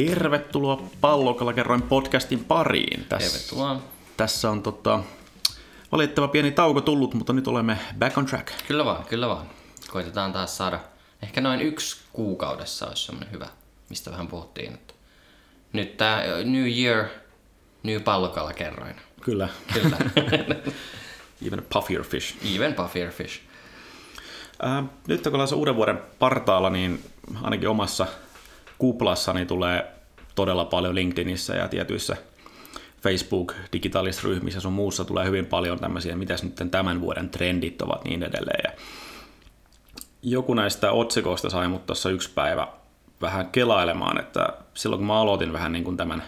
Tervetuloa Pallokalla-kerroin podcastin pariin. Tervetuloa. Tässä on valitettava pieni tauko tullut, mutta nyt olemme back on track. Kyllä vaan. Koitetaan taas saada, ehkä noin 1 kuukaudessa olisi semmoinen hyvä, mistä vähän puhuttiin. Nyt tää New Year, New Pallokalla-kerroin. Kyllä. Even puffier fish. Nyt kun ollaan uuden vuoden partaalla, niin ainakin omassa kuplassani tulee todella paljon LinkedInissä ja tietyissä Facebook, digitaalisissa ryhmissä ja sun muussa tulee hyvin paljon tämmöisiä, mitäs nyt tämän vuoden trendit ovat niin edelleen. Ja joku näistä otsikoista sai mut tuossa yksi päivä vähän kelailemaan, että silloin kun mä aloitin vähän niin kuin tämän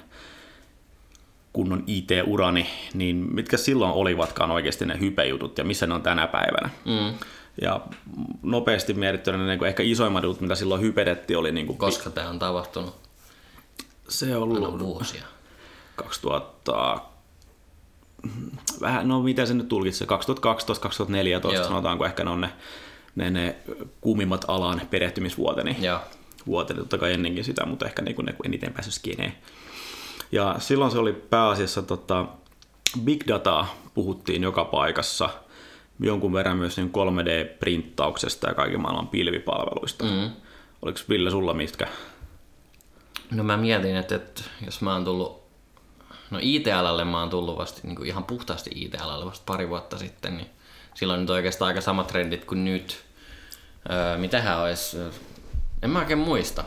kunnon IT-urani, niin mitkä silloin olivatkaan oikeasti ne hypejutut ja missä ne on tänä päivänä. Ja nopeasti mietittynä niin ehkä isoimmat jutut, mitä silloin hypetettiin, oli... Niin kuin koska tämä on tapahtunut? Se on ollut vuosia. 2000... Vähän, no mitä se nyt tulkitsee? 2012-2014 sanotaanko ehkä ne on ne kuumimmat alan perehtymisvuoteni. Vuoteni totta kai ennenkin sitä, mutta ehkä niin kuin ne eniten päässyt skineen. Ja silloin se oli pääasiassa big data puhuttiin joka paikassa. Jonkun verran myös niin 3D-printtauksesta ja kaiken maailman pilvipalveluista. Oliko Ville sulla mitkä? No mä mietin, että jos mä oon tullut, no IT-alalle mä oon tullut vasta niin kuin ihan puhtaasti IT-alalle vasta pari vuotta sitten, niin silloin nyt oikeastaan aika samat trendit kuin nyt. Mitähän olisi, en mä oikein muista.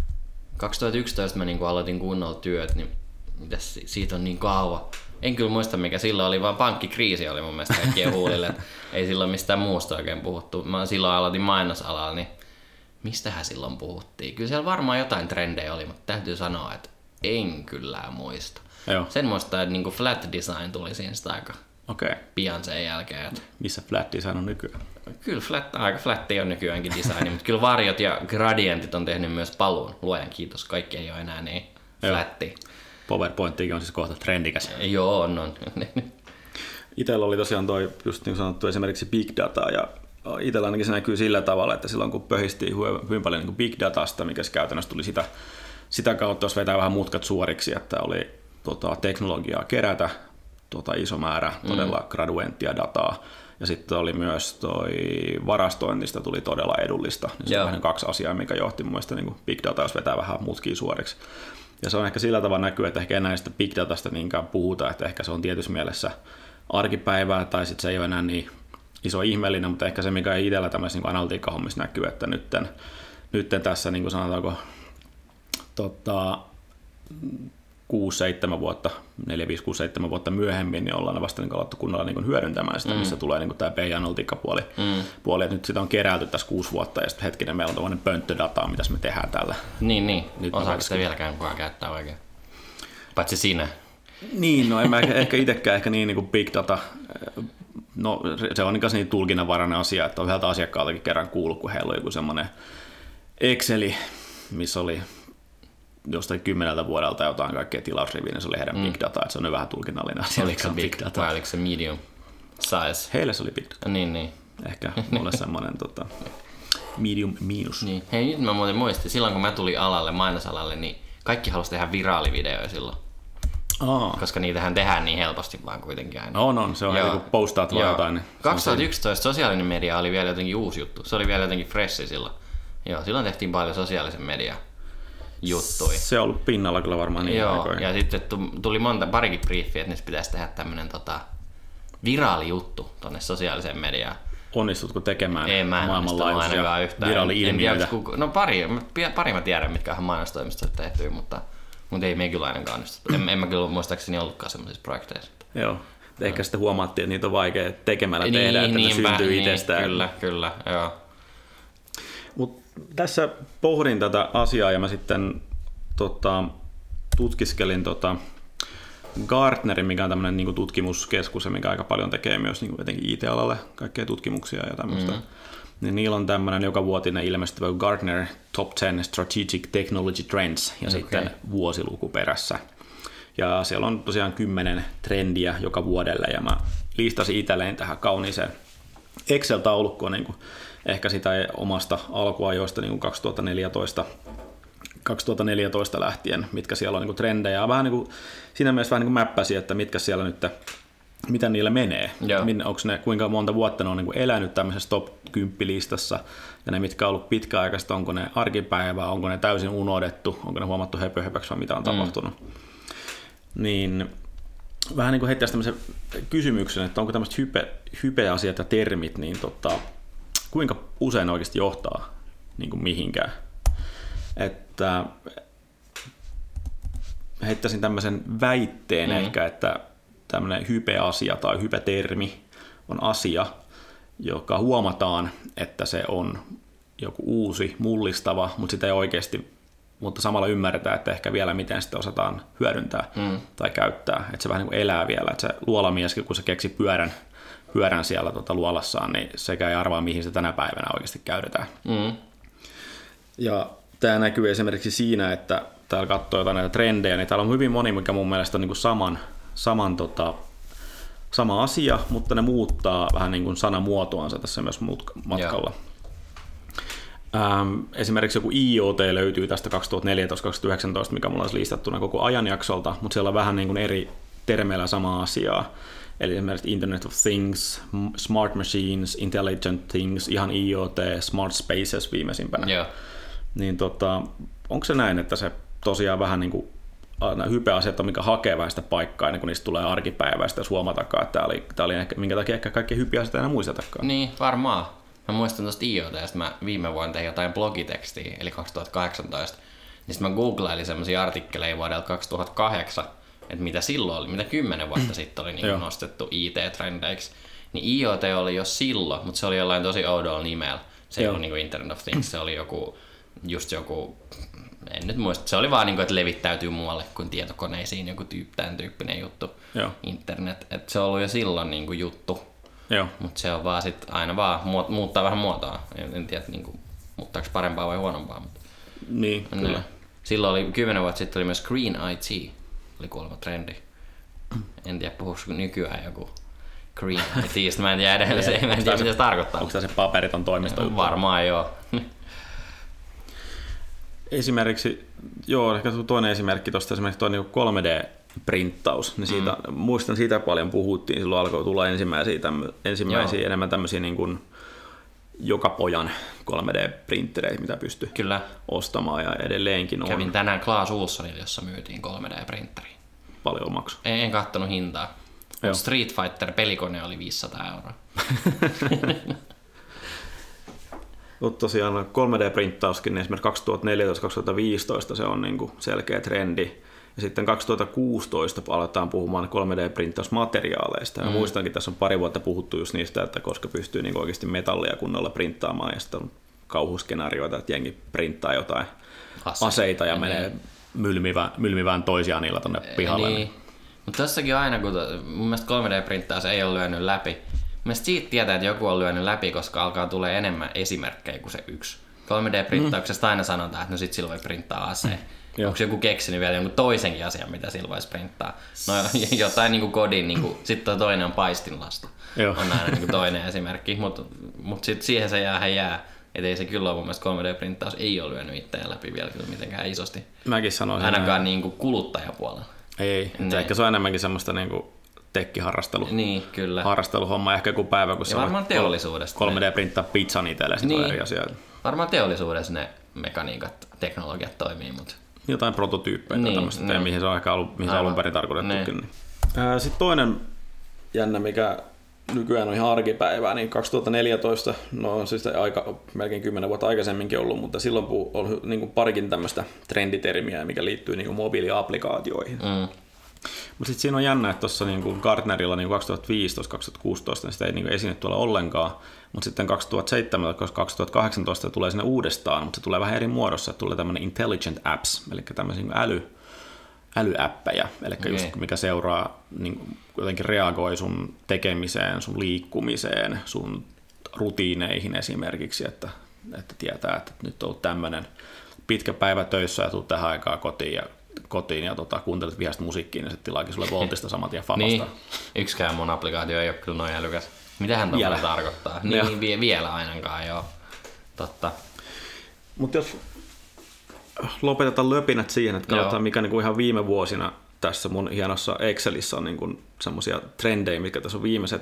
2011 mä niin kuin aloitin kunnolla työt, niin mitäs siitä on niin kauan. En kyllä muista mikä silloin oli, vaan pankkikriisi oli mun mielestä kaikkien huulille. Ei silloin mistään muusta oikein puhuttu. Mä silloin aloitin mainosalalla, niin mistähän silloin puhuttiin? Kyllä siellä varmaan jotain trendejä oli, mutta täytyy sanoa, että en kyllä muista. Joo. Sen muistaa, että niinku flat design tuli siinä aika pian sen jälkeen. Että missä flat design on nykyään? Kyllä aika flattia on nykyäänkin design, mutta kyllä varjot ja gradientit on tehnyt myös paluun. Luojan kiitos, kaikki ei ole enää niin flattia. PowerPointikin on siis kohta trendikäs. Joo, on. Itellä oli tosiaan toi just niin sanottu esimerkiksi big data ja itsellä ainakin se näkyy sillä tavalla, että silloin kun pöhistiin hyvin paljon niin big datasta, mikä käytännössä tuli sitä kautta, jos vetää vähän mutkat suoriksi, että oli teknologiaa kerätä iso määrä todella graduenttia dataa ja sitten oli myös toi varastoinnista tuli todella edullista. Niin se on vähän 2 asiaa, mikä johti mun mielestä niin big data, jos vetää vähän mutkia suoriksi. Ja se on ehkä sillä tavalla näkyy, että ehkä enää sitä big datasta niinkään puhuta, että ehkä se on tietyssä mielessä arkipäivää tai sitten se ei ole enää niin iso ihmeellinen, mutta ehkä se, mikä ei itsellä tämmöisessä niin analytiikkahommissa näkyy, että nytten tässä niin kuin sanotaanko 4-5-6-7 vuotta myöhemmin, niin ollaan vasta niin alettu kunnolla niin hyödyntämään sitä, missä tulee niin tämä BI-analytiikkapuoli. Että nyt sitä on keräilty tässä 6 vuotta ja sitten hetkinen, meillä on tuollainen pönttödataa, mitä me tehdään tällä. Niin. Osaako sitä vieläkään kukaan käyttää oikein? Paitsi sinä. Niin, no en mä ehkä itsekään ehkä niin kuin big data. No se on niin tulkinnanvarainen asia, että on yhdeltä asiakkaaltakin kerran kuullut, kun heillä on joku semmoinen Exceli, missä oli jostain 10 vuodelta jotain kaikkea tilausriviä, niin se oli heidän big data, että se on vähän tulkinnallinen asia. Oliko se big data vai oliko se medium size? Heille se oli big data. Niin. Ehkä mulle semmoinen medium miinus. Niin. Hei, nyt mä muuten muistin, silloin kun mä tulin alalle, mainosalalle, niin kaikki halusi tehdä viraalivideoja silloin. Koska niitähän tehdään niin helposti vaan kuitenkin aina. On. Se on heti kun postaat vaan jotain. Niin 2011 sosiaalinen media oli vielä jotenkin uusi juttu. Se oli vielä jotenkin freshi silloin. Joo, silloin tehtiin paljon sosiaalisen median juttuja. Se on ollut pinnalla kyllä varmaan niin aikoina. Ja sitten tuli parikin briefiä, että nyt pitäisi tehdä tämmöinen viraali juttu tonne sosiaaliseen mediaan. Onnistutko tekemään maailmanlaajuisia viraali-ilmiöitä? No pari mä tiedän, mitkä on mainostoimistossa tehty, mutta ei me kyllä ainakaan onnistuttu. En mä kyllä muistaakseni ollutkaan semmoisissa projekteissa. Joo. Ehkä sitten huomattiin, että niitä on vaikea tekemällä tehdä, että se syntyy itsestään. Kyllä, joo. Mut tässä pohdin tätä asiaa ja mä sitten tutkiskelin Gartnerin, mikä on tämmöinen niin tutkimuskeskus ja mikä aika paljon tekee myös niin etenkin IT-alalle kaikkea tutkimuksia ja tämmöistä. Niin niillä on tämmöinen joka vuotinen ilmestyvä Gartner Top 10 Strategic Technology Trends ja sitten vuosiluku perässä. Ja siellä on tosiaan 10 trendiä joka vuodelle ja mä listasin itselleen tähän kauniiseen Excel-taulukkoon niin ehkä sitä omasta alkuajoista niin 2014 2014 lähtien, mitkä siellä on niin kuin trendejä. Vähän niin kuin, siinä mielessä vähän niin kuin mäppäsi, että mitkä siellä nyt, mitä niillä menee. Onko ne, kuinka monta vuotta ne on niin kuin elänyt tämmöisessä top 10-listassa, ja ne mitkä on ollut pitkäaikaista, onko ne arkipäivää, onko ne täysin unohdettu, onko ne huomattu höpöksi vai mitä on tapahtunut. Niin vähän niin kuin heittäisi tämmöisen kysymyksen, että onko tämmöiset hype-asiat ja termit, niin kuinka usein oikeasti johtaa niin kuin mihinkään. Että heittäisin tämmöisen väitteen ehkä, että tämmöinen hype-asia tai hype-termi on asia, joka huomataan, että se on joku uusi, mullistava, mutta sitä ei oikeasti, mutta samalla ymmärretään, että ehkä vielä miten sitä osataan hyödyntää tai käyttää. Että se vähän niin kuin elää vielä, että se luolamieskin, kun se keksi pyörän siellä luolassaan, niin sekä ei arvaa, mihin se tänä päivänä oikeasti käytetään. Ja tämä näkyy esimerkiksi siinä, että täällä katsoo jotain näitä trendejä, niin täällä on hyvin moni, mikä mun mielestä on niin kuin sama asia, mutta ne muuttaa vähän niin kuin sanamuotoansa tässä myös matkalla. Esimerkiksi joku IoT löytyy tästä 2014-2019, mikä mulla olisi listattuna koko ajanjaksolta, mutta siellä on vähän niin kuin eri termeillä samaa asiaa. Eli esimerkiksi Internet of Things, Smart Machines, Intelligent Things, ihan IoT, Smart Spaces viimeisimpänä. Yeah. Niin onko se näin, että se tosiaan vähän niin kuin hype-asiat on, mikä hakee vähän sitä paikkaa, ennen kuin niistä tulee arkipäiväistä, jos huomatakaan, että tämä oli ehkä, minkä takia ehkä kaikki hype-asiat enää muistetakaan. Niin, varmaan. Mä muistan tuosta IoT:sta, mä viime vuonna tein jotain blogitekstiä, eli 2018, niin sitten mä googlailin semmoisia artikkeleja vuodelta 2008, että mitä silloin oli, mitä 10 vuotta sitten oli niin nostettu IT-trendeiksi. Niin IoT oli jo silloin, mutta se oli jollain tosi oudolla nimellä. Se ei ollut niin kuin Internet of Things, se oli joku, en nyt muista, se oli vaan niin kuin, että levittäytyy muualle kuin tietokoneisiin, joku tämän tyyppinen juttu, internet. Että se on ollut jo silloin niin kuin juttu, mutta se on vaan sitten aina vaan muuttaa vähän muotoa. En tiedä, niin kuin, muuttaako parempaa vai huonompaa. Mutta niin, kyllä. Silloin oli 10 vuotta sitten oli myös Green IT, oli kuulemma trendi. En tiedä, puhuuko nykyään joku Green IT, mä en tiedä edelleen, mä en tiedä mitä se tarkoittaa. Onko se paperiton toimisto? Varmaan joo. Esimerkiksi, ehkä toinen esimerkki tuosta, esimerkiksi tuo 3D-printtaus, niin siitä, muistan siitä paljon puhuttiin, silloin alkoi tulla ensimmäisiä enemmän tämmöisiä niin kuin joka pojan 3D-printtereitä, mitä pystyi ostamaan ja edelleenkin on. Kävin tänään Clas Ohlsonilla, jossa myytiin 3D-printteri. Paljon maksoi? En kattonut hintaa. Street Fighter-pelikone oli 500 €. Mutta tosiaan 3D-printtauskin, niin esimerkiksi 2014-2015 se on niinku selkeä trendi. Ja sitten 2016 aletaan puhumaan 3D-printtausmateriaaleista. Ja muistankin, tässä on pari vuotta puhuttu just niistä, että koska pystyy niinku oikeasti metallia kunnolla printtaamaan. Ja sitten on kauhuskenaarioita, että jengi printtaa jotain aseita ja menee mylmivään toisiaan niillä tuonne pihalle. Niin. Mutta tossakin aina, kun mun mielestä 3D-printtaus ei ole lyönyt läpi. Mielestäni siitä tietää, että joku on lyönyt läpi, koska alkaa tulee enemmän esimerkkejä kuin se yksi. 3D-printtauksesta aina sanotaan, että no sit sillä voi printtaa aseen. Onko joku keksinyt vielä jonkun toisenkin asian, mitä sillä voisi printtaa? No jotain niin kuin kodin, niin kuin, sitten toinen on paistinlastu. On aina niin kuin toinen esimerkki, mutta sitten siihen se jää. Että ei se kyllä ole mun mielestä 3D-printtaus ei ole lyönyt itseään läpi vielä kyllä mitenkään isosti. Mäkin sanoisin. Ainakaan niin kuin kuluttajapuolella. Ei, ehkä se on enemmänkin semmoista niin kuin tekkiharrastelu. Niin, kyllä. Harrasteluhomma ehkä joku päivä, kun ja se varmaan teollisuudesta 3D-printtaa pizzan itselle, niin. On eri asia. Varmaan teollisuudessa ne mekaniikat, teknologiat toimii, mutta jotain prototyyppejä tai tämmöistä, mihin se on ehkä mihin se on alun perin tarkoitettukin. Niin. Sitten toinen jännä, mikä nykyään on ihan arkipäivää, niin 2014, no on siis aika melkein 10 vuotta aikaisemminkin ollut, mutta silloin on niin kuin parikin tämmöistä trenditermiä, mikä liittyy niin kuin mobiiliaplikaatioihin. Mutta sitten siinä on jännä, että tuossa niin Gartnerilla niin 2015-2016 niin sitä ei niin esiinny tuolla ollenkaan, mutta sitten 2017-2018 tulee sinne uudestaan, mutta se tulee vähän eri muodossa, että tulee tämmöinen intelligent apps, eli tämmöisiä älyäppejä, eli just mikä seuraa, niin jotenkin reagoi sun tekemiseen, sun liikkumiseen, sun rutiineihin esimerkiksi, että tietää, että nyt on ollut tämmöinen pitkä päivä töissä ja tulet tähän aikaan kotiin ja kuuntelet vihasta musiikkiin ja sitten tilaakin sulle Voltista samat ja Fabasta. Niin, yksikään mun applikaatio ei ole kyllä noin älykäs. Mitähän tuolla tarkoittaa? Niin, vielä ainakaan, joo. Totta. Mutta jos lopetetaan löpinät siihen, että katsotaan mikä niin kuin ihan viime vuosina tässä mun hienossa Excelissä on niin semmoisia trendejä, mitkä tässä on viimeiset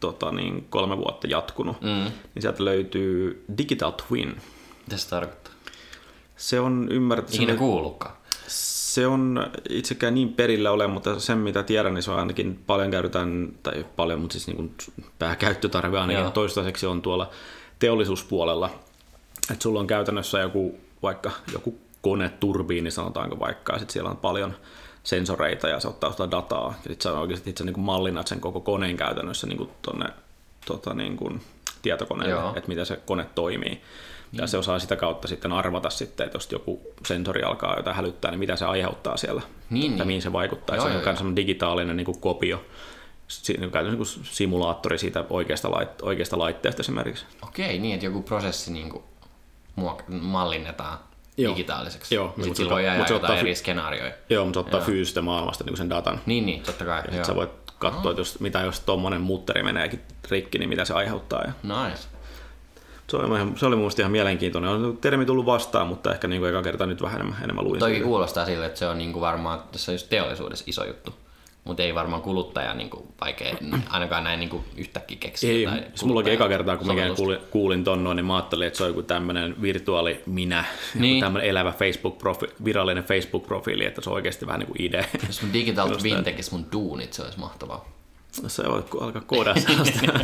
3 vuotta jatkunut. Niin sieltä löytyy Digital Twin. Mitä se tarkoittaa? Se on ymmärretty. Ikinä kuullutkaan. Se on itsekään niin perillä ole, mutta sen mitä tiedän, niin se on ainakin paljon käytetään, tai paljon, mutta siis niin kuin pääkäyttötarve ainakin toistaiseksi on tuolla teollisuuspuolella. Että sulla on käytännössä vaikka joku koneturbiini, sanotaanko vaikka, ja sitten siellä on paljon sensoreita ja se ottaa sitä dataa. Ja sitten sä oikeasti itse niin kuin mallinnat sen koko koneen käytännössä niin kuin tuonne niin kuin tietokoneelle, että miten se kone toimii. Ja se osaa sitä kautta sitten arvata sitten, että jos joku sensori alkaa jotain hälyttää, niin mitä se aiheuttaa siellä, ja mihin se vaikuttaa. Se on myös semmoinen digitaalinen niin kuin kopio, käytännössä niin kuin simulaattori siitä oikeasta laitteesta esimerkiksi. Okei, niin että joku prosessi niin kuin mallinnetaan digitaaliseksi. Joo, sitten sillä voi jäädä jotain eri skenaarioja. Joo, mutta se ottaa fyysisestä maailmasta niin sen datan. Niin, totta kai. Ja sä voit katsoa, että jos tommonen mutteri meneekin rikki, niin mitä se aiheuttaa. Nice. Se oli mun mielestä ihan mielenkiintoinen. On termi tullut vastaan, mutta ehkä niin kuin eka kerta nyt vähän enemmän luin. Toki kuulostaa sille, että se on niin kuin varmaan tässä just teollisuudessa iso juttu. Mutta ei varmaan kuluttaja niin kuin vaikea ainakaan näin niin kuin yhtäkkiä keksiä. Ei, mullakin eka kertaa, kun kuulin ton noin, niin mä ajattelin, että se on joku tämmöinen virtuaali minä, tämmöinen elävä virallinen Facebook-profiili, että se on oikeasti vähän niin kuin idea. Jos mun Digital Twin tekisi mun duunit, se olisi mahtavaa. Se voi alkaa koodaa sellaista.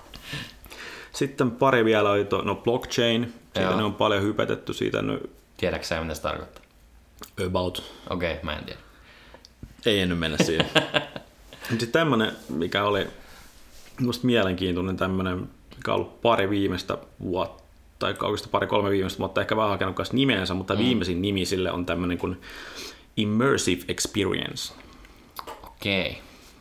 Sitten pari vielä oli blockchain. Siitä ne on paljon hypetetty siitä. Tiedätkö sä, mitä se tarkoittaa? About. Okei, mä en tiedä. Ei nyt mennä siihen. Sitten tämmönen, mikä oli musta mielenkiintoinen tämmönen, mikä on ollut pari viimeistä vuotta, tai oikeastaan 2-3 viimeistä vuotta, ehkä vähän hakenut kanssa nimensä, mutta viimeisin nimi sille on tämmönen kuin Immersive Experience. Okei.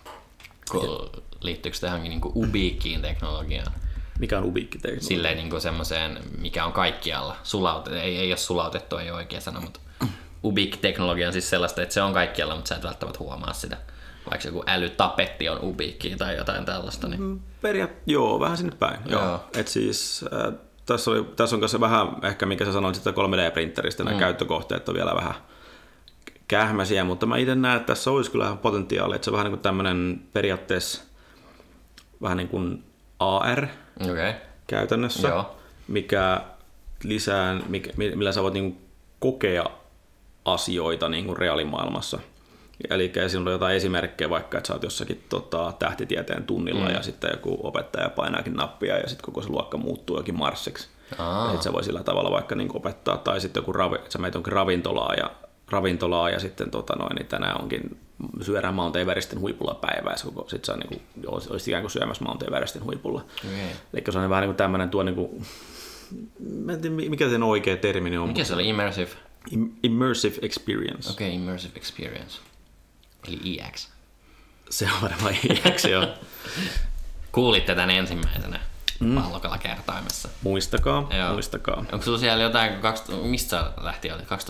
Liittyykö tähänkin niinku ubiikkiin teknologiaan? Mikä on ubiikki-teknologia? Silleen niinku semmoiseen, mikä on kaikkialla. Ei ole sulautettu, ei ole oikea sana, mutta ubiikki-teknologia on siis sellaista, että se on kaikkialla, mutta sä et välttämättä huomaa sitä. Vaikka joku älytapetti on ubiikki tai jotain tällaista. Niin... Joo, vähän sinne päin. Joo. Et siis, tässä on kanssa vähän, ehkä mikä sä sanoit sitä 3D-printeristä, nämä käyttökohteet on vielä vähän kähmäisiä, mutta mä itse näen, että tässä olisi kyllä potentiaalia, että se on vähän niin kuin tämmöinen periaatteessa vähän niin kuin AR käytännössä, mikä lisää, millä sä voit niin kuin kokea asioita niin kuin reaalimaailmassa. Eli sinulla on jotain esimerkkejä vaikka, että sä oot jossakin tähtitieteen tunnilla ja sitten joku opettaja painaakin nappia ja sitten koko se luokka muuttuu jokin Marsiksi. Ja sitten se voi sillä tavalla vaikka niin kuin opettaa, tai sitten sä menet jonkin ravintolaa ja sitten niin tänään onkin syödään Mount Everestin huipulla päivää, sitten sä niin olisit ikään kuin syömässä Mount Everestin huipulla. Eli se on vähän niin kuin tämmöinen niin kuin, mä en tiedä, mikä sen oikea termini on. Mikä se oli? Immersive? Immersive Experience. Okei, Immersive Experience. Eli IX. Se on varmaan IX, joo. Kuulitte tämän ensimmäisenä pallokalla kertaimessa. Muistakaa. Onko sulla siellä jotain, mistä sä lähti,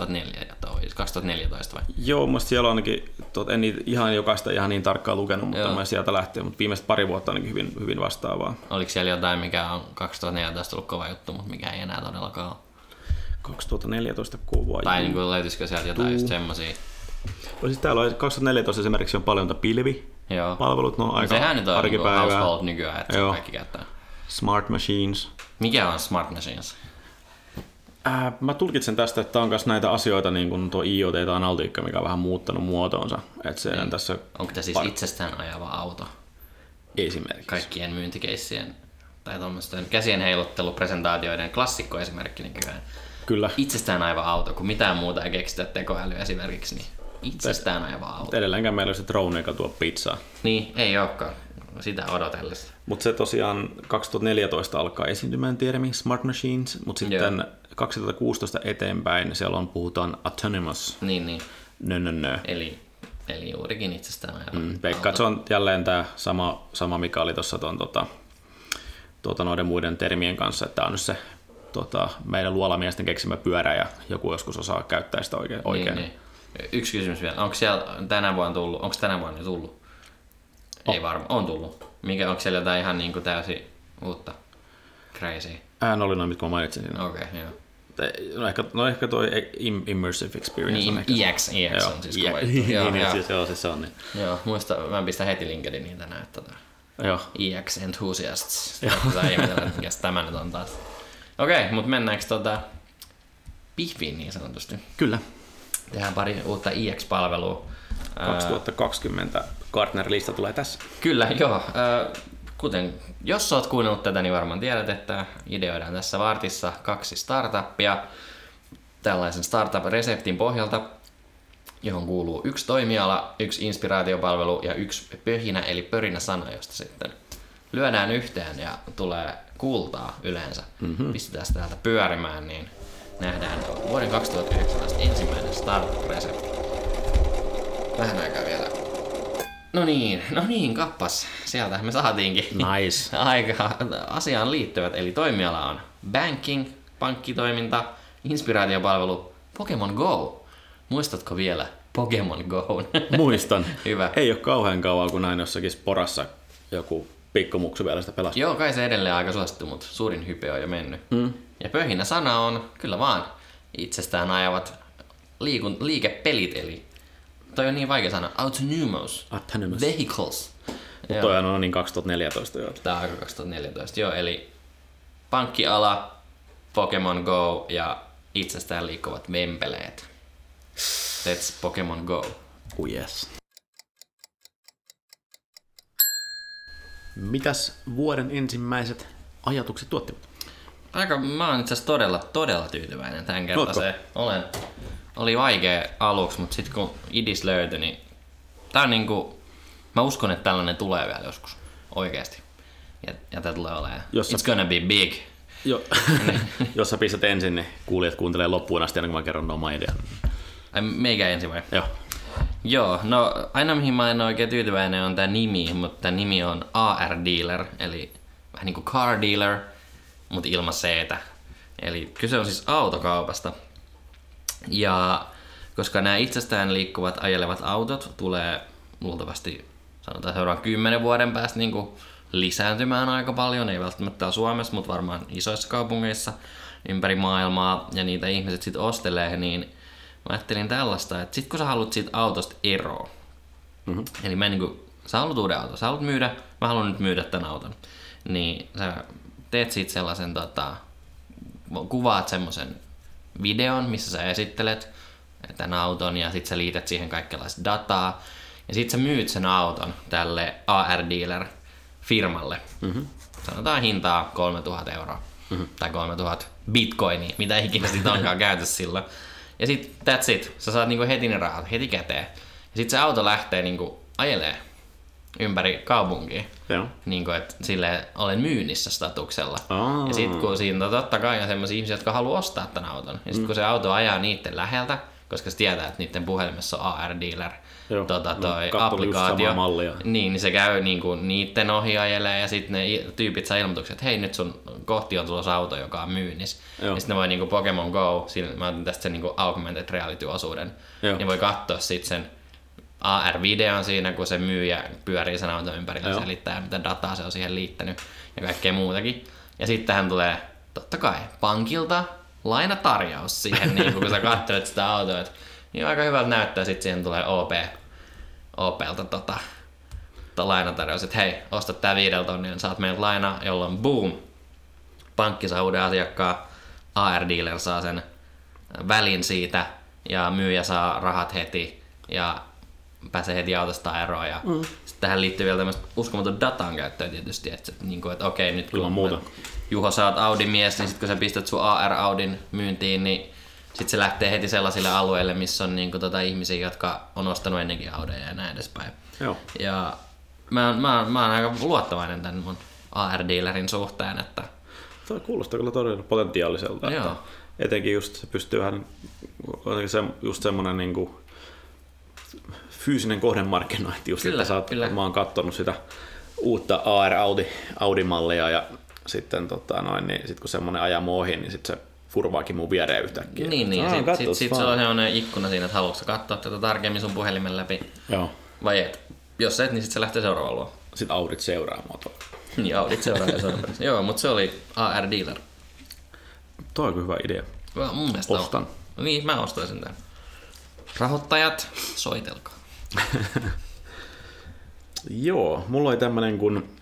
2014 vai? Joo, musta siellä on ainakin, en niitä ihan jokaista ihan niin tarkkaan lukenut, mutta mä sieltä lähtien, mutta viimeiset pari vuotta ainakin hyvin vastaavaa. Oliko siellä jotain, mikä on 2014 ollut kova juttu, mutta mikä ei enää todellakaan ole? 2014 kova. Tai niin löytyisikö sieltä jotain just semmosia? Siis täällä on 2014 esimerkiksi on paljon pilvipalvelut, ne on aika sehän nyt on arkipäivää. Household nykyään, että se kaikki käyttää. Smart machines. Mikä on smart machines? Mä tulkitsen tästä, että on myös näitä asioita, niin kuin tuo IoT tai analytiikka, mikä on vähän muuttanut muotoonsa. Että se on tässä onko tämä siis itsestään ajava auto? Esimerkiksi. Kaikkien myyntikeissien tai tuommoisten käsien heiluttelupresentaatioiden klassikko esimerkki nykyään. Kyllä. Itsestään ajava auto, kun mitään muuta ei keksitä tekoäly esimerkiksi, niin itsestään ajava auto. Edelleenkään meillä on se drone, joka tuo pizzaa. Niin, ei olekaan. Sitä odotellessa. Mutta se tosiaan 2014 alkaa esiintymään termi Smart Machines, mutta sitten 2016 eteenpäin siellä puhutaan autonomous. Niin. Nö. Eli juurikin itsestään ajava veikkaan, että se on jälleen tämä sama mikä oli tuossa noiden muiden termien kanssa, että tämä on nyt se meidän luolamiesten keksimä pyörä ja joku joskus osaa käyttää sitä oikein. Niin. Yksi kysymys vielä. Onko siellä tänä vuonna tullut? Ei varmaan. On tullut. Onko siellä jotain ihan niin kuin täysin uutta crazy? Oli noin, mitkä mä mainitsin siinä. Okei, joo. ehkä toi immersive experience. Niin, EX on siis kova juttu. Se on niin. Joo, muista, mä pistän heti LinkedIniin tänään, että Joo. EX Enthusiasts. Pitää ihmetellä, mikä tämä nyt on taas. Okei, mutta mennäänkö pihviin niin sanotusti? Kyllä. Tehdään pari uutta EX-palvelua. 2020 Gartner-lista tulee tässä. Kyllä, joo. Kuten jos oot kuunnellut tätä, niin varmaan tiedät, että ideoidaan tässä vartissa 2 startuppia tällaisen startup-reseptin pohjalta, johon kuuluu 1 toimiala, 1 inspiraatiopalvelu ja 1 pöhinä eli pörinäsana, josta sitten lyödään yhteen ja tulee kultaa yleensä. Pistetään sitä täältä pyörimään, niin nähdään vuoden 2019 ensimmäinen startup-resepti. Vähän aikaa vielä. No niin, kappas. Sieltä me saatiinkin. Nice. Aika asiaan liittyvät, eli toimiala on banking, pankkitoiminta, inspiraatiopalvelu, Pokemon Go. Muistatko vielä Pokemon Go? Muistan. Hyvä. Ei ole kauhean kauan, kun näin jossakin sporassa joku pikkumuksu vielä sitä pelasi. Joo, kai se edelleen aika suosittu, mutta suurin hype on jo mennyt. Ja pöhinä sana on kyllä vaan itsestään ajavat liikepelit, eli toi on niin vaikea sana. Autonomous vehicles. Mutta toihan on niin 2014 jo. Tää on aika 2014, joo, eli pankkiala, Pokemon Go ja itsestään liikkuvat vempeleet. Let's Pokemon Go. Oh yes. Mitäs vuoden ensimmäiset ajatukset tuottivat? Mä oon itse asiassa todella tyytyväinen tämän kertaiseen. Oli vaikea aluksi, mutta sitten kun idis löytyi, niin tää on niinku, mä uskon, että tällainen tulee vielä joskus oikeesti. Ja tää tulee olemaan. It's gonna be big. Jos sä pistät ensin, niin kuulijat kuuntelee loppuun asti, ennen kuin mä kerron oma idean. Meikä ensin vai? Joo. Joo, no aina mihin mä en ole oikein tyytyväinen on tää nimi, mutta tää nimi on AR Dealer, eli vähän niinku car dealer, mutta ilman C-tä. Eli kyse on siis autokaupasta. Ja koska nämä itsestään liikkuvat ajelevat autot tulee luultavasti sanotaan seuraavan 10 vuoden päästä niin kuin lisääntymään aika paljon, ei välttämättä täällä Suomessa, mutta varmaan isoissa kaupungeissa ympäri maailmaa ja niitä ihmiset sitten ostelee, niin mä ajattelin tällaista, että sit kun sä haluat siitä autosta eroa, eli mä sä haluat uuden auton, sä haluat myydä, mä haluan nyt myydä tämän auton, niin sä teet siitä sellaisen, kuvaat semmoisen videon, missä sä esittelet tämän auton ja sit sä liität siihen kaikenlaista dataa ja sit sä myyt sen auton tälle AR Dealer firmalle. Sanotaan hintaa 3000 euroa tai 3000 bitcoinia, mitä ikinä sit onkaan käytössä silloin. Ja sit that's it. Sä saat niinku heti ne rahat, heti käteen. Ja sit se auto lähtee niinku ajelee ympäri kaupunkia. Niinku, että silleen olen myynnissä statuksella. Ja sit kun siinä totta kai on sellaisia ihmisiä, jotka haluaa ostaa tämän auton. Ja sit kun se auto ajaa niiden läheltä, koska se tietää, että niiden puhelimessa on AR Dealer toi applikaatio, niin se käy niinku niiden ohi ajelee ja sitten ne tyypit saa ilmoitukset, että hei nyt sun kohti on tulossa auto, joka on myynnissä. Ja sitten ne voi niinku Pokemon Go, mä otin tästä sen niinku augmented reality-osuuden, niin voi katsoa sitten sen AR-videon siinä, kun se myyjä pyörii sen auton ympärillä ja selittää, mitä dataa se on siihen liittänyt ja kaikkea muutakin. Ja sittenhän tulee totta kai pankilta lainatarjaus siihen, niin kun sä katselet sitä autoa, että niin aika hyvältä näyttää, sitten siihen tulee OPlta lainatarjaus, että hei, osta tää 5 000, niin saat meiltä laina, jolloin boom, pankki saa uuden asiakkaan, AR Dealer saa sen välin siitä ja myyjä saa rahat heti ja pääsee heti autosta eroon. Ja sitten tähän liittyy vielä tämmöistä uskomaton datan käyttöä tietysti, että okei, nyt kun Juho, sä oot Audi-mies, niin sit kun sä pistät sun AR-Audin myyntiin, niin sit se lähtee heti sellaisille alueille, missä on ihmisiä, jotka on ostanut ennenkin Audeja ja näin edespäin. Joo. Ja mä oon aika luottavainen tämän mun AR-dealerin suhteen, että toi kuulostaa kyllä todella potentiaaliselta. Että etenkin just se pystyy vähän just semmonen niinku fyysinen kohdemarkkinointi just, kyllä, että mä oon kattonut sitä uutta AR Audi-mallia ja sitten niin sit kun semmonen ajaa mun ohi, niin sit se furvaakin mun viereen yhtäkkiä. Niin, sit se on semmonen ikkuna siinä, että haluatko katsoa tätä tarkemmin sun puhelimen läpi. Joo. Vai et? Jos et, niin sit se lähtee seuraavaan luo. Sitten Audit seuraa mua. Niin, Audit seuraa. Joo, mutta se oli AR Dealer. Toi on hyvä idea. Mun mielestä Ostan. on. Niin, mä ostaisin tämän. Rahoittajat, soitelkaa. Joo, mulla oli tämmönen kuin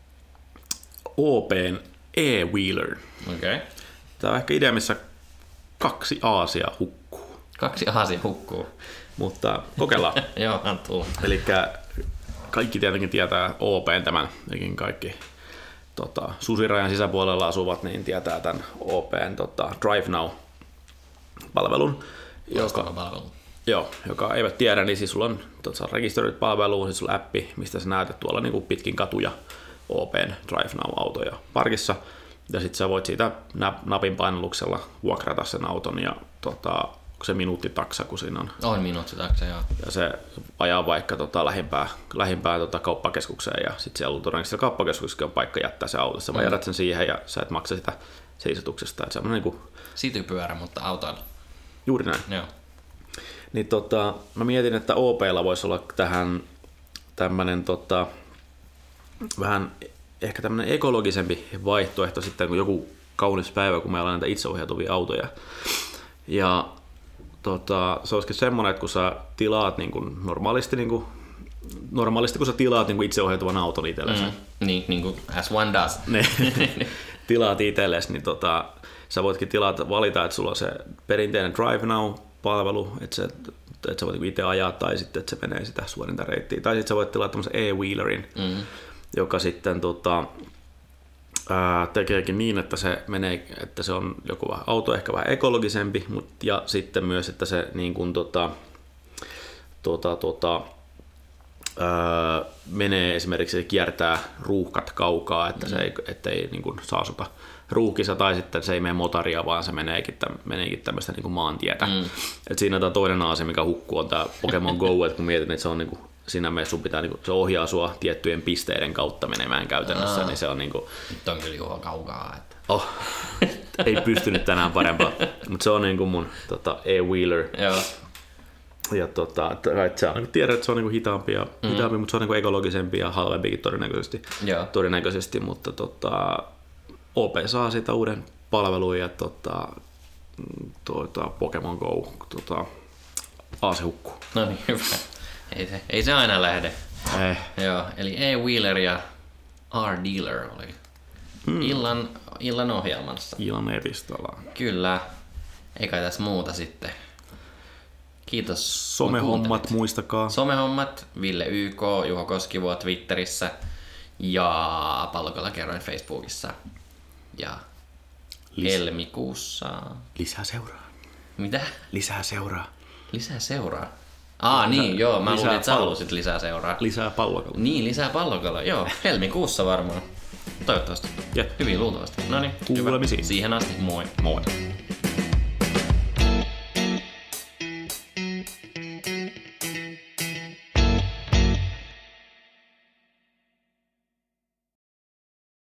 OPn e-wheeler. Okei. Okay. Tää on ehkä idea, missä 2 aasia hukkuu. 2 aasia hukkuu. Mutta kokeillaan. Joo, antuu. Elikkä kaikki tietenkin tietää OPn tämän, eikin kaikki susirajan sisäpuolella asuvat, niin tietää tämän OPn Drive Now-palvelun. Joka eivät tiedä, niin siis sulla on rekisteröidyt palveluun, siis sulla appi, mistä sä näet, että tuolla niin pitkin katuja OPn Drive Now-autoja parkissa. Ja sitten sä voit siitä napin painalluksella vuokrata sen auton ja se minuuttitaksa, kun siinä on. On minuuttitaksa, joo. Ja se ajaa vaikka lähimpään kauppakeskukseen ja sitten siellä todennäköisesti kauppakeskuksessa on paikka jättää se auto. Sä vaan jätät sen siihen ja sä et maksa sitä seisotuksesta. Että semmoinen niin kuin Citypyörä, mutta autoilla. Juuri näin. Joo. Niin mä mietin, että OP:lla voisi olla tähän tämmönen vähän ehkä tämmönen ekologisempi vaihtoehto sitten, kun joku kaunis päivä, kun meillä on näitä itseohjautuvia autoja. Ja se olisikin semmoinen, että kun sä tilaat niin kuin normaalisti kun sä tilaat niin kuin itseohjautuvan auton itsellesi. Niin kuin as one does. Tilaat itsellesi, niin sä voitkin valita, että sulla on se perinteinen Drive Now-palvelu, että sä voit itse ajaa tai sitten, että se menee sitä suorinta reittiä. Tai sitten sä voit tilata tämmöisen e-wheelerin, joka sitten tekeekin niin, että se on joku auto ehkä vähän ekologisempi, ja sitten myös, että se niin kuin menee esimerkiksi, se kiertää ruuhkat kaukaa, että se ei niin kuin saasuta ruuhkissa, tai sitten se ei mene motaria, vaan se meneekin tämmöistä niin kuin maantietä. Et siinä tämä toinen asia, mikä hukkuu, on tämä Pokemon Go, että kun mietin, että se on niin kuin, siinä mielessä sun pitää, niin kuin, se ohjaa sua tiettyjen pisteiden kautta menemään käytännössä, niin se on niin kuin. Nyt on kyllä juo kaukaa. Että. Ei pystynyt tänään parempaa, mutta se on niin kuin mun e-wheeler. Joo. Ja se on, tiedät, että se on niin kuin hitaampi, mutta se on niin kuin ekologisempi ja halvempikin todennäköisesti, mutta OP saa siitä uuden palvelun ja Pokemon Go aase hukkuu. No niin, hyvä. Ei se aina lähde. Joo, eli e-wheeler ja R-dealer oli illan ohjelmassa. Illan epistola. Kyllä. Ei kai tässä muuta sitten. Kiitos. Somehommat muistakaa. Somehommat, Ville YK, Juho Koskivuo Twitterissä ja Pallokolla kerroin Facebookissa. Ja helmikuussa. Lisää seuraa. Mitä? Lisää seuraa. Lisää seuraa. Niin, joo, mä luulin, että sä halusit lisää seuraa. Lisää Pallokolla. Niin, lisää Pallokolla, joo. Helmikuussa varmaan. Toivottavasti. Jep. Hyvin luultavasti. No niin, kuulemisiin. Siihen asti, moi. Moi.